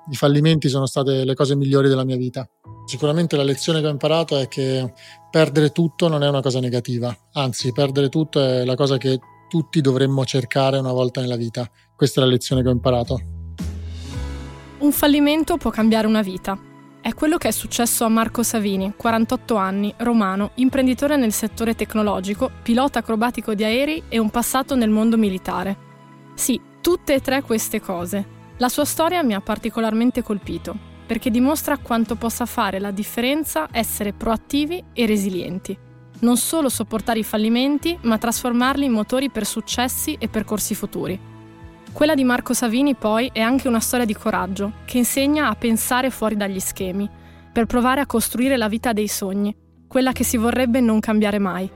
I fallimenti sono state le cose migliori della mia vita. Sicuramente la lezione che ho imparato è che perdere tutto non è una cosa negativa, anzi perdere tutto è la cosa che tutti dovremmo cercare una volta nella vita. Questa è la lezione che ho imparato. Un fallimento può cambiare una vita. È quello che è successo a Marco Savini, 48 anni, romano, imprenditore nel settore tecnologico, pilota acrobatico di aerei e un passato nel mondo militare. Sì, tutte e tre queste cose. La sua storia mi ha particolarmente colpito, perché dimostra quanto possa fare la differenza essere proattivi e resilienti. Non solo sopportare i fallimenti, ma trasformarli in motori per successi e percorsi futuri. Quella di Marco Savini, poi, è anche una storia di coraggio, che insegna a pensare fuori dagli schemi, per provare a costruire la vita dei sogni, quella che si vorrebbe non cambiare mai.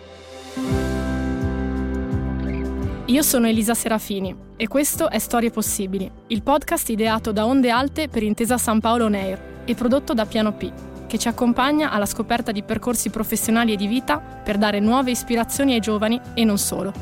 Io sono Elisa Serafini e questo è Storie Possibili, il podcast ideato da Onde Alte per Intesa San Paolo On Air e prodotto da Piano P, che ci accompagna alla scoperta di percorsi professionali e di vita per dare nuove ispirazioni ai giovani e non solo.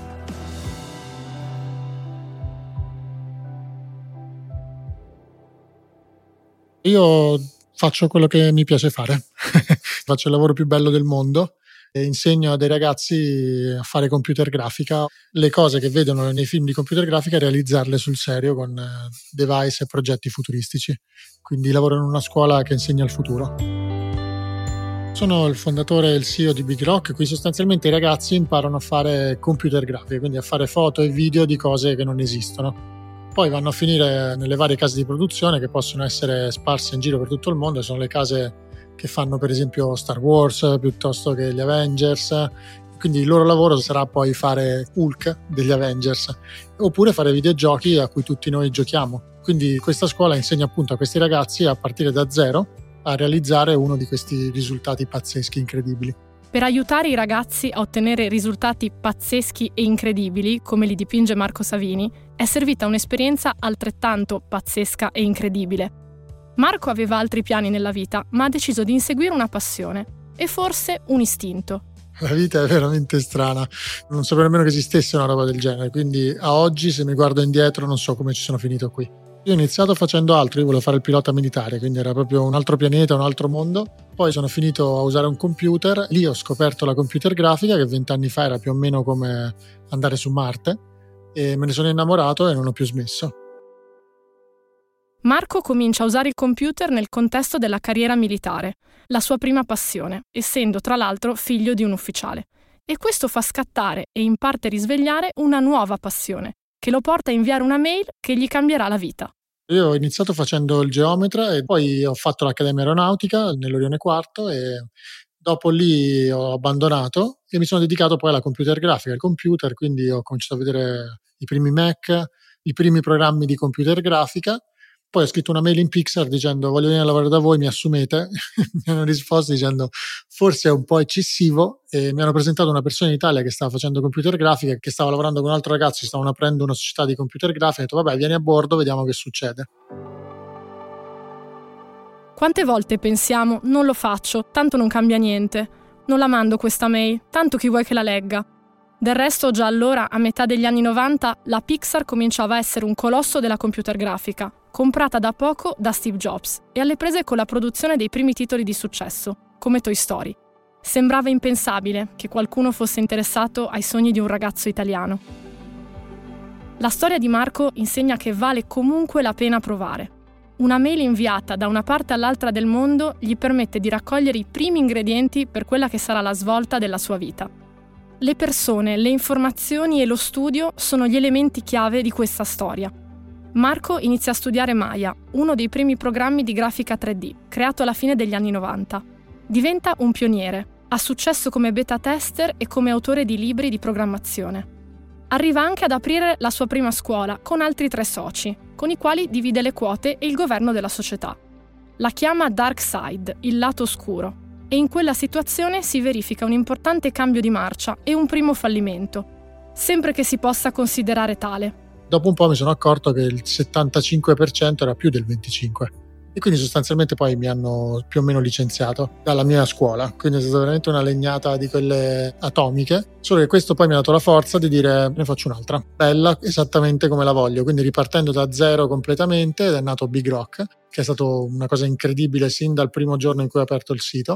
Io faccio quello che mi piace fare, faccio il lavoro più bello del mondo e insegno a dei ragazzi a fare computer grafica, le cose che vedono nei film di computer grafica realizzarle sul serio con device e progetti futuristici. Quindi lavoro in una scuola che insegna il futuro. Sono il fondatore e il CEO di Big Rock, qui sostanzialmente i ragazzi imparano a fare computer grafica, quindi a fare foto e video di cose che non esistono. Poi vanno a finire nelle varie case di produzione che possono essere sparse in giro per tutto il mondo, sono le case che fanno per esempio Star Wars piuttosto che gli Avengers, quindi il loro lavoro sarà poi fare Hulk degli Avengers oppure fare videogiochi a cui tutti noi giochiamo. Quindi questa scuola insegna appunto a questi ragazzi a partire da zero a realizzare uno di questi risultati pazzeschi, incredibili. Per aiutare i ragazzi a ottenere risultati pazzeschi e incredibili, come li dipinge Marco Savini, è servita un'esperienza altrettanto pazzesca e incredibile. Marco aveva altri piani nella vita, ma ha deciso di inseguire una passione e forse un istinto. La vita è veramente strana, non sapevo nemmeno che esistesse una roba del genere, quindi a oggi se mi guardo indietro non so come ci sono finito qui. Io ho iniziato facendo altro, io volevo fare il pilota militare, quindi era proprio un altro pianeta, un altro mondo. Poi sono finito a usare un computer, lì ho scoperto la computer grafica che 20 anni fa era più o meno come andare su Marte e me ne sono innamorato e non ho più smesso. Marco comincia a usare il computer nel contesto della carriera militare, la sua prima passione, essendo tra l'altro figlio di un ufficiale. E questo fa scattare e in parte risvegliare una nuova passione, che lo porta a inviare una mail che gli cambierà la vita. Io ho iniziato facendo il geometra e poi ho fatto l'Accademia Aeronautica nell'Orione IV e dopo lì ho abbandonato e mi sono dedicato poi alla computer grafica, al computer, quindi ho cominciato a vedere i primi Mac, i primi programmi di computer grafica. Poi ho scritto una mail in Pixar dicendo voglio venire a lavorare da voi, mi assumete? Mi hanno risposto dicendo forse è un po' eccessivo e mi hanno presentato una persona in Italia che stava facendo computer grafica, che stava lavorando con un altro ragazzo, stavano aprendo una società di computer grafica, ho detto vabbè vieni a bordo, vediamo che succede. Quante volte pensiamo non lo faccio, tanto non cambia niente, non la mando questa mail, tanto chi vuoi che la legga. Del resto, già allora, a metà degli anni 90, la Pixar cominciava a essere un colosso della computer grafica, comprata da poco da Steve Jobs e alle prese con la produzione dei primi titoli di successo, come Toy Story. Sembrava impensabile che qualcuno fosse interessato ai sogni di un ragazzo italiano. La storia di Marco insegna che vale comunque la pena provare. Una mail inviata da una parte all'altra del mondo gli permette di raccogliere i primi ingredienti per quella che sarà la svolta della sua vita. Le persone, le informazioni e lo studio sono gli elementi chiave di questa storia. Marco inizia a studiare Maya, uno dei primi programmi di grafica 3D, creato alla fine degli anni 90. Diventa un pioniere, ha successo come beta tester e come autore di libri di programmazione. Arriva anche ad aprire la sua prima scuola con altri 3 soci, con i quali divide le quote e il governo della società. La chiama Dark Side, il lato oscuro, e in quella situazione si verifica un importante cambio di marcia e un primo fallimento, sempre che si possa considerare tale. Dopo un po' mi sono accorto che il 75% era più del 25%. E quindi sostanzialmente poi mi hanno più o meno licenziato dalla mia scuola, quindi è stata veramente una legnata di quelle atomiche, solo che questo poi mi ha dato la forza di dire ne faccio un'altra, bella esattamente come la voglio, quindi ripartendo da zero completamente, ed è nato Big Rock, che è stato una cosa incredibile sin dal primo giorno in cui ho aperto il sito.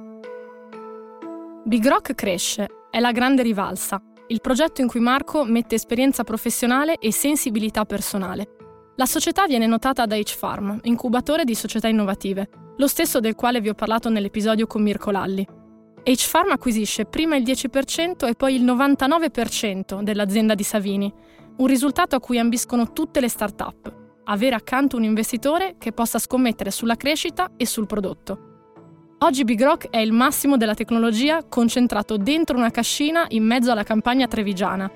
Big Rock cresce, è la grande rivalsa, il progetto in cui Marco mette esperienza professionale e sensibilità personale. La società viene notata da H-Pharm, incubatore di società innovative, lo stesso del quale vi ho parlato nell'episodio con Mirko Lalli. H-Pharm acquisisce prima il 10% e poi il 99% dell'azienda di Savini, un risultato a cui ambiscono tutte le start-up, avere accanto un investitore che possa scommettere sulla crescita e sul prodotto. Oggi Big Rock è il massimo della tecnologia concentrato dentro una cascina in mezzo alla campagna trevigiana.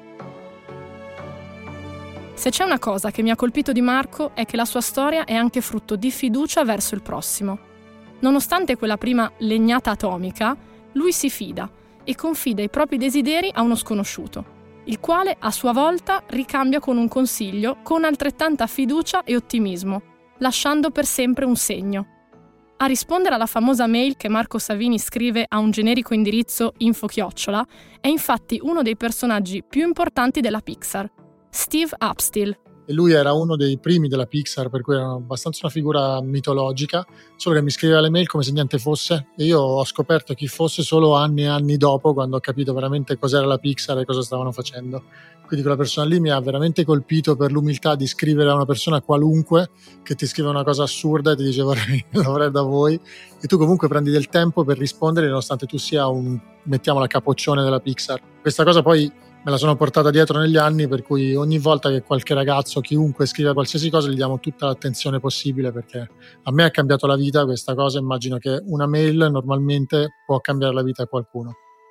Se c'è una cosa che mi ha colpito di Marco è che la sua storia è anche frutto di fiducia verso il prossimo. Nonostante quella prima legnata atomica, lui si fida e confida i propri desideri a uno sconosciuto, il quale a sua volta ricambia con un consiglio con altrettanta fiducia e ottimismo, lasciando per sempre un segno. A rispondere alla famosa mail che Marco Savini scrive a un generico indirizzo info@ è infatti uno dei personaggi più importanti della Pixar, Steve Upstill. E lui era uno dei primi della Pixar, per cui era abbastanza una figura mitologica, solo che mi scriveva le mail come se niente fosse, e io ho scoperto chi fosse solo anni e anni dopo, quando ho capito veramente cos'era la Pixar e cosa stavano facendo. Quindi quella persona lì mi ha veramente colpito per l'umiltà di scrivere a una persona qualunque che ti scrive una cosa assurda e ti dice vorrei lavorare da voi, e tu comunque prendi del tempo per rispondere nonostante tu sia un, mettiamola, capoccione della Pixar. Questa cosa poi me la sono portata dietro negli anni, per cui ogni volta che qualche ragazzo, chiunque scrive qualsiasi cosa, gli diamo tutta l'attenzione possibile, perché a me ha cambiato la vita questa cosa. Immagino che una mail normalmente può cambiare la vita a qualcuno.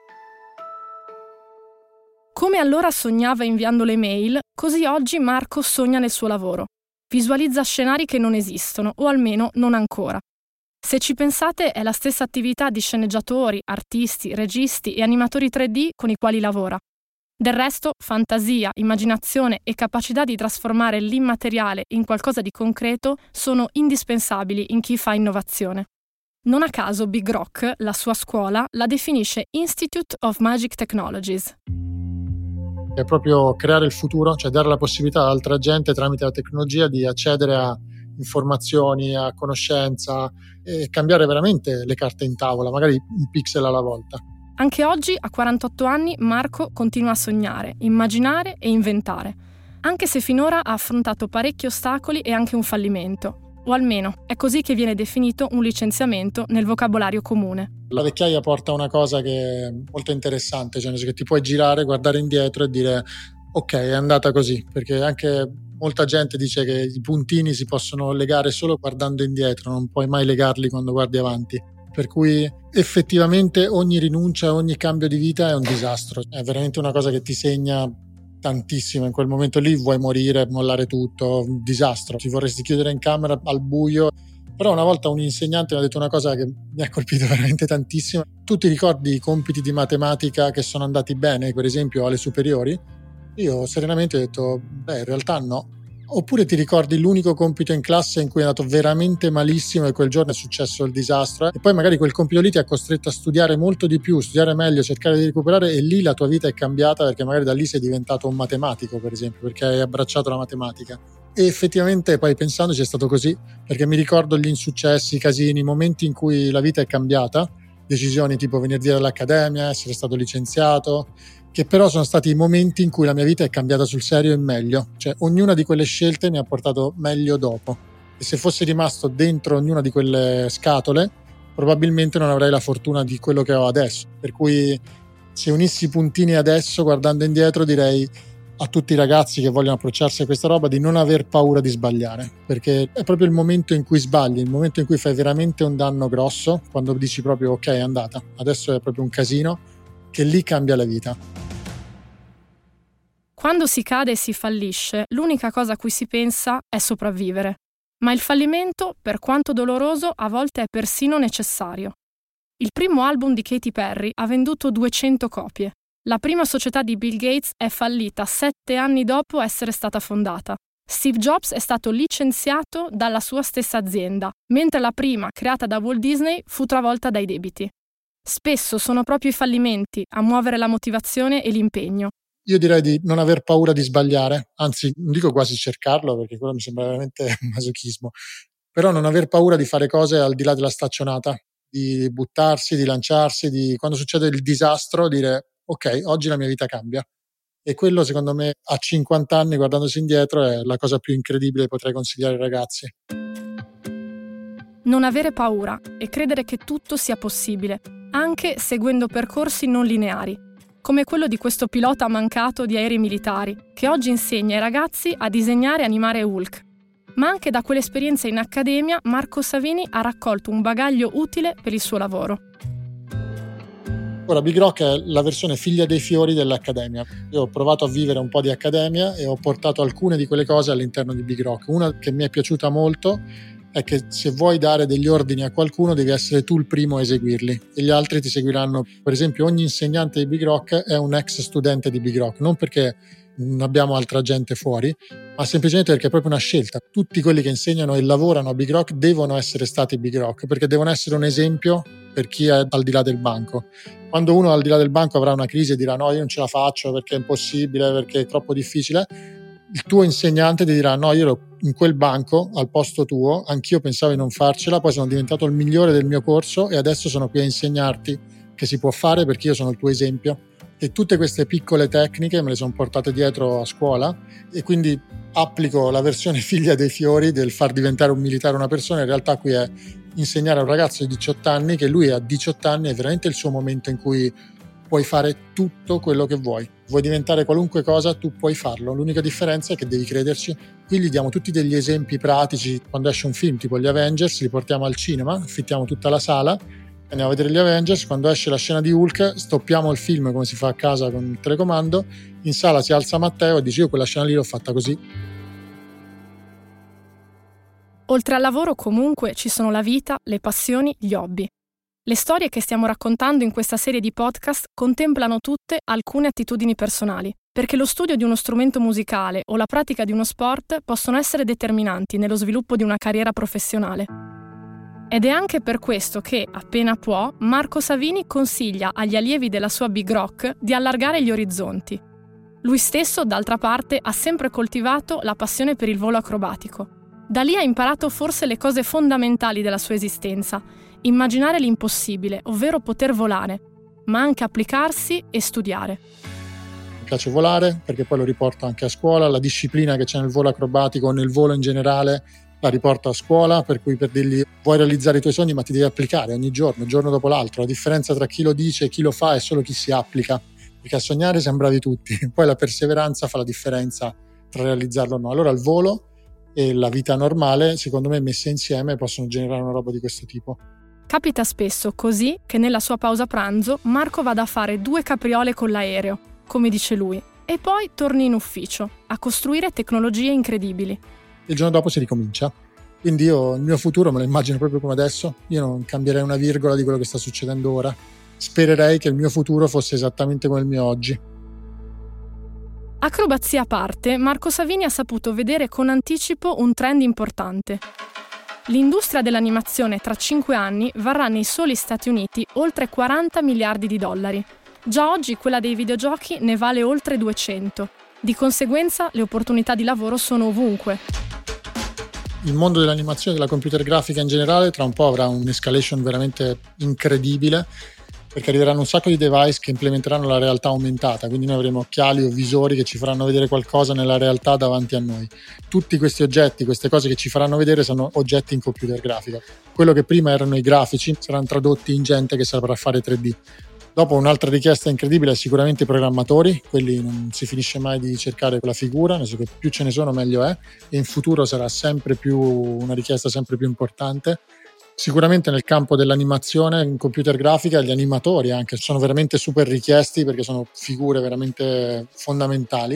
Come allora sognava inviando le mail, così oggi Marco sogna nel suo lavoro. Visualizza scenari che non esistono, o almeno non ancora. Se ci pensate, è la stessa attività di sceneggiatori, artisti, registi e animatori 3D con i quali lavora. Del resto, fantasia, immaginazione e capacità di trasformare l'immateriale in qualcosa di concreto sono indispensabili in chi fa innovazione. Non a caso Big Rock, la sua scuola, la definisce Institute of Magic Technologies. È proprio creare il futuro, cioè dare la possibilità ad altra gente tramite la tecnologia di accedere a informazioni, a conoscenza e cambiare veramente le carte in tavola, magari un pixel alla volta. Anche oggi, a 48 anni, Marco continua a sognare, immaginare e inventare, anche se finora ha affrontato parecchi ostacoli e anche un fallimento. O almeno, è così che viene definito un licenziamento nel vocabolario comune. La vecchiaia porta una cosa che è molto interessante, cioè che ti puoi girare, guardare indietro e dire ok, è andata così, perché anche molta gente dice che i puntini si possono legare solo guardando indietro, non puoi mai legarli quando guardi avanti. Per cui effettivamente ogni rinuncia, ogni cambio di vita è un disastro, è veramente una cosa che ti segna tantissimo. In quel momento lì vuoi morire, mollare tutto, un disastro, ti vorresti chiudere in camera al buio. Però una volta un insegnante mi ha detto una cosa che mi ha colpito veramente tantissimo: tu ti ricordi i compiti di matematica che sono andati bene, per esempio alle superiori? Io serenamente ho detto in realtà no. Oppure ti ricordi l'unico compito in classe in cui è andato veramente malissimo e quel giorno è successo il disastro, e poi magari quel compito lì ti ha costretto a studiare molto di più, studiare meglio, cercare di recuperare, e lì la tua vita è cambiata, perché magari da lì sei diventato un matematico, per esempio, perché hai abbracciato la matematica. E effettivamente poi pensandoci è stato così, perché mi ricordo gli insuccessi, i casini, i momenti in cui la vita è cambiata, decisioni tipo venire via dall'accademia, essere stato licenziato, che però sono stati i momenti in cui la mia vita è cambiata sul serio e meglio. Cioè ognuna di quelle scelte mi ha portato meglio dopo, e se fossi rimasto dentro ognuna di quelle scatole probabilmente non avrei la fortuna di quello che ho adesso. Per cui se unissi i puntini adesso guardando indietro, direi a tutti i ragazzi che vogliono approcciarsi a questa roba di non aver paura di sbagliare, perché è proprio il momento in cui sbagli, il momento in cui fai veramente un danno grosso, quando dici proprio ok, è andata, adesso è proprio un casino, che lì cambia la vita. Quando si cade e si fallisce, l'unica cosa a cui si pensa è sopravvivere. Ma il fallimento, per quanto doloroso, a volte è persino necessario. Il primo album di Katy Perry ha venduto 200 copie. La prima società di Bill Gates è fallita 7 anni dopo essere stata fondata. Steve Jobs è stato licenziato dalla sua stessa azienda, mentre la prima, creata da Walt Disney, fu travolta dai debiti. Spesso sono proprio i fallimenti a muovere la motivazione e l'impegno. Io direi di non aver paura di sbagliare, anzi non dico quasi cercarlo perché quello mi sembra veramente un masochismo, però non aver paura di fare cose al di là della staccionata, di buttarsi, di lanciarsi, di quando succede il disastro dire ok, oggi la mia vita cambia. E quello secondo me a 50 anni guardandosi indietro è la cosa più incredibile che potrei consigliare ai ragazzi. Non avere paura e credere che tutto sia possibile, anche seguendo percorsi non lineari, come quello di questo pilota mancato di aerei militari, che oggi insegna ai ragazzi a disegnare e animare Hulk. Ma anche da quell'esperienza in accademia Marco Savini ha raccolto un bagaglio utile per il suo lavoro. Ora, Big Rock è la versione figlia dei fiori dell'Accademia. Io ho provato a vivere un po' di Accademia e ho portato alcune di quelle cose all'interno di Big Rock. Una che mi è piaciuta molto è che se vuoi dare degli ordini a qualcuno devi essere tu il primo a eseguirli e gli altri ti seguiranno. Per esempio, ogni insegnante di Big Rock è un ex studente di Big Rock, non perché non abbiamo altra gente fuori, ma semplicemente perché è proprio una scelta. Tutti quelli che insegnano e lavorano a Big Rock devono essere stati Big Rock, perché devono essere un esempio per chi è al di là del banco. Quando uno al di là del banco avrà una crisi e dirà no, io non ce la faccio perché è impossibile, perché è troppo difficile, il tuo insegnante ti dirà no, io ero in quel banco al posto tuo, anch'io pensavo di non farcela, poi sono diventato il migliore del mio corso e adesso sono qui a insegnarti che si può fare perché io sono il tuo esempio. E tutte queste piccole tecniche me le sono portate dietro a scuola e quindi applico la versione figlia dei fiori del far diventare un militare una persona. In realtà qui è insegnare a un ragazzo di 18 anni che lui a 18 anni è veramente il suo momento in cui puoi fare tutto quello che vuoi. Vuoi diventare qualunque cosa, tu puoi farlo. L'unica differenza è che devi crederci. Qui gli diamo tutti degli esempi pratici. Quando esce un film tipo gli Avengers, li portiamo al cinema, affittiamo tutta la sala, andiamo a vedere gli Avengers, quando esce la scena di Hulk stoppiamo il film come si fa a casa con il telecomando, in sala si alza Matteo e dice io quella scena lì l'ho fatta così. Oltre al lavoro comunque ci sono la vita, le passioni, gli hobby. Le storie che stiamo raccontando in questa serie di podcast contemplano tutte alcune attitudini personali, perché lo studio di uno strumento musicale o la pratica di uno sport possono essere determinanti nello sviluppo di una carriera professionale. Ed è anche per questo che, appena può, Marco Savini consiglia agli allievi della sua Big Rock di allargare gli orizzonti. Lui stesso, d'altra parte, ha sempre coltivato la passione per il volo acrobatico. Da lì ha imparato forse le cose fondamentali della sua esistenza, immaginare l'impossibile, ovvero poter volare, ma anche applicarsi e studiare. Mi piace volare perché poi lo riporto anche a scuola, la disciplina che c'è nel volo acrobatico o nel volo in generale la riporto a scuola, per cui per dirgli vuoi realizzare i tuoi sogni ma ti devi applicare ogni giorno, giorno dopo l'altro. La differenza tra chi lo dice e chi lo fa è solo chi si applica, perché a sognare siamo bravi tutti, poi la perseveranza fa la differenza tra realizzarlo o no. Allora il volo e la vita normale, secondo me, messe insieme possono generare una roba di questo tipo. Capita spesso così che nella sua pausa pranzo Marco vada a fare 2 capriole con l'aereo, come dice lui, e poi torni in ufficio a costruire tecnologie incredibili. Il giorno dopo si ricomincia. Quindi io il mio futuro me lo immagino proprio come adesso. Io non cambierei una virgola di quello che sta succedendo ora. Spererei che il mio futuro fosse esattamente come il mio oggi. Acrobazie a parte, Marco Savini ha saputo vedere con anticipo un trend importante. L'industria dell'animazione tra 5 anni varrà nei soli Stati Uniti oltre 40 miliardi di dollari. Già oggi quella dei videogiochi ne vale oltre 200. Di conseguenza le opportunità di lavoro sono ovunque. Il mondo dell'animazione e della computer grafica in generale tra un po' avrà un'escalation veramente incredibile, perché arriveranno un sacco di device che implementeranno la realtà aumentata, quindi noi avremo occhiali o visori che ci faranno vedere qualcosa nella realtà davanti a noi. Tutti questi oggetti, queste cose che ci faranno vedere sono oggetti in computer grafica. Quello che prima erano i grafici saranno tradotti in gente che saprà fare 3D. Dopo un'altra richiesta incredibile è sicuramente i programmatori, quelli non si finisce mai di cercare quella figura, nel senso che più ce ne sono meglio è, e in futuro sarà sempre più una richiesta sempre più importante. Sicuramente nel campo dell'animazione in computer grafica gli animatori anche sono veramente super richiesti perché sono figure veramente fondamentali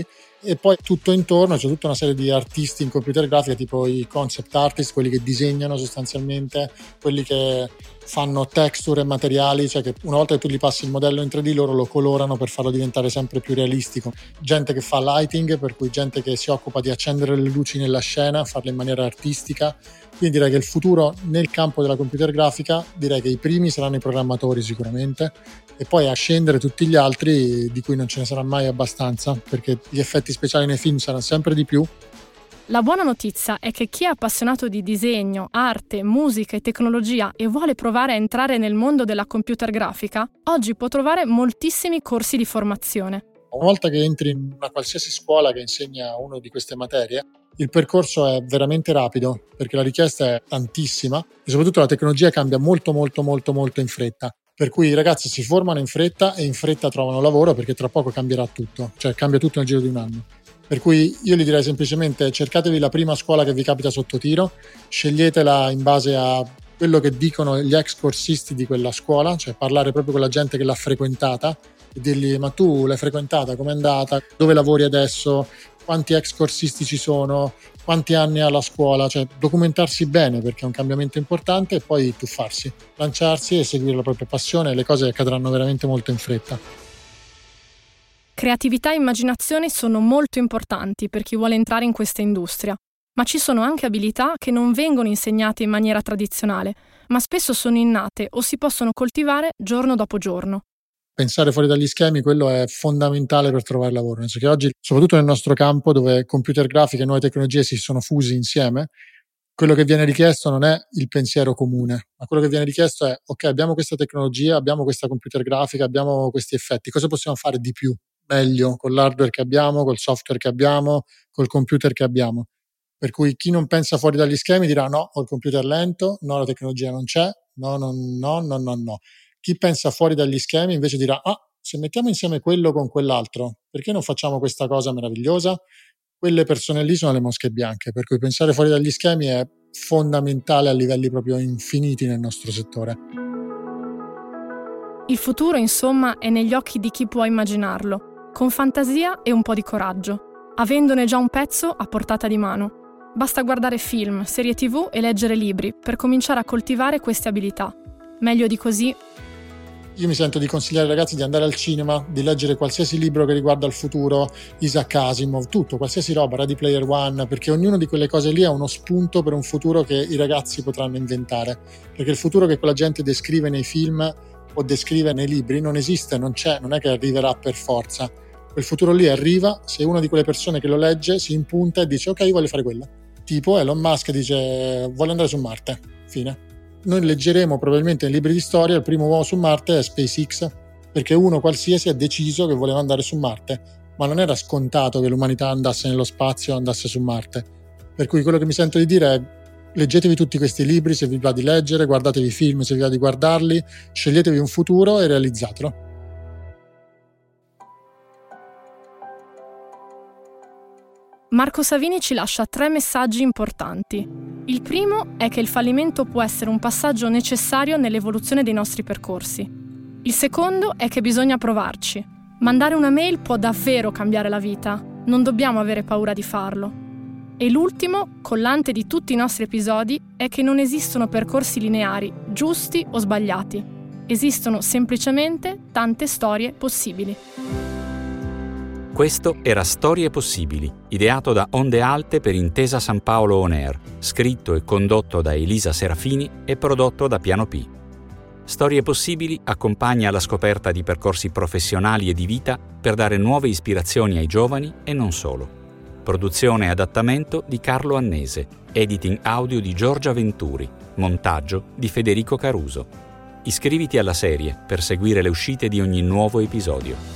E poi tutto intorno c'è tutta una serie di artisti in computer grafica, tipo i concept artist, quelli che disegnano sostanzialmente, quelli che fanno texture e materiali, cioè che una volta che tu gli passi il modello in 3D loro lo colorano per farlo diventare sempre più realistico. Gente che fa lighting, per cui gente che si occupa di accendere le luci nella scena, farle in maniera artistica. Quindi direi che il futuro nel campo della computer grafica, direi che i primi saranno i programmatori sicuramente, e poi a scendere tutti gli altri di cui non ce ne sarà mai abbastanza, perché gli effetti speciali nei film saranno sempre di più. La buona notizia è che chi è appassionato di disegno, arte, musica e tecnologia e vuole provare a entrare nel mondo della computer grafica, oggi può trovare moltissimi corsi di formazione. Una volta che entri in una qualsiasi scuola che insegna una di queste materie, il percorso è veramente rapido, perché la richiesta è tantissima e soprattutto la tecnologia cambia molto in fretta. Per cui i ragazzi si formano in fretta e in fretta trovano lavoro, perché tra poco cambierà tutto, cioè cambia tutto nel giro di un anno. Per cui io gli direi semplicemente: cercatevi la prima scuola che vi capita sotto tiro, sceglietela in base a quello che dicono gli ex corsisti di quella scuola, cioè parlare proprio con la gente che l'ha frequentata e dirgli: ma tu l'hai frequentata, com'è andata, dove lavori adesso, quanti ex corsisti ci sono, quanti anni ha la scuola, cioè documentarsi bene, perché è un cambiamento importante, e poi tuffarsi, lanciarsi e seguire la propria passione, e le cose accadranno veramente molto in fretta. Creatività e immaginazione sono molto importanti per chi vuole entrare in questa industria, ma ci sono anche abilità che non vengono insegnate in maniera tradizionale, ma spesso sono innate o si possono coltivare giorno dopo giorno. Pensare fuori dagli schemi, quello è fondamentale per trovare lavoro. Penso che oggi, soprattutto nel nostro campo, dove computer grafica e nuove tecnologie si sono fusi insieme, quello che viene richiesto non è il pensiero comune, ma quello che viene richiesto è: ok, abbiamo questa tecnologia, abbiamo questa computer grafica, abbiamo questi effetti, cosa possiamo fare di più, meglio, con l'hardware che abbiamo, col software che abbiamo, col computer che abbiamo? Per cui chi non pensa fuori dagli schemi dirà: no, ho il computer lento, no, la tecnologia non c'è, no. Chi pensa fuori dagli schemi invece dirà: se mettiamo insieme quello con quell'altro, perché non facciamo questa cosa meravigliosa? Quelle persone lì sono le mosche bianche, per cui pensare fuori dagli schemi è fondamentale a livelli proprio infiniti nel nostro settore. Il futuro, insomma, è negli occhi di chi può immaginarlo, con fantasia e un po' di coraggio, avendone già un pezzo a portata di mano. Basta guardare film, serie TV e leggere libri per cominciare a coltivare queste abilità. Meglio di così. Io mi sento di consigliare ai ragazzi di andare al cinema, di leggere qualsiasi libro che riguarda il futuro, Isaac Asimov, tutto, qualsiasi roba, Ready Player One, perché ognuna di quelle cose lì è uno spunto per un futuro che i ragazzi potranno inventare. Perché il futuro che quella gente descrive nei film o descrive nei libri non esiste, non c'è, non è che arriverà per forza. Quel futuro lì arriva se una di quelle persone che lo legge si impunta e dice: ok, voglio fare quella. Tipo Elon Musk dice: voglio andare su Marte, fine. Noi leggeremo probabilmente nei libri di storia il primo uomo su Marte è SpaceX, perché uno qualsiasi ha deciso che voleva andare su Marte, ma non era scontato che l'umanità andasse nello spazio o andasse su Marte. Per cui quello che mi sento di dire è: leggetevi tutti questi libri se vi va di leggere, guardatevi film se vi va di guardarli, sceglietevi un futuro e realizzatelo. Marco Savini ci lascia 3 messaggi importanti. Il primo è che il fallimento può essere un passaggio necessario nell'evoluzione dei nostri percorsi. Il secondo è che bisogna provarci. Mandare una mail può davvero cambiare la vita, non dobbiamo avere paura di farlo. E l'ultimo, collante di tutti i nostri episodi, è che non esistono percorsi lineari, giusti o sbagliati. Esistono semplicemente tante storie possibili. Questo era Storie Possibili, ideato da Onde Alte per Intesa San Paolo On Air, scritto e condotto da Elisa Serafini e prodotto da Piano P. Storie Possibili accompagna alla scoperta di percorsi professionali e di vita per dare nuove ispirazioni ai giovani e non solo. Produzione e adattamento di Carlo Annese, editing audio di Giorgia Venturi, montaggio di Federico Caruso. Iscriviti alla serie per seguire le uscite di ogni nuovo episodio.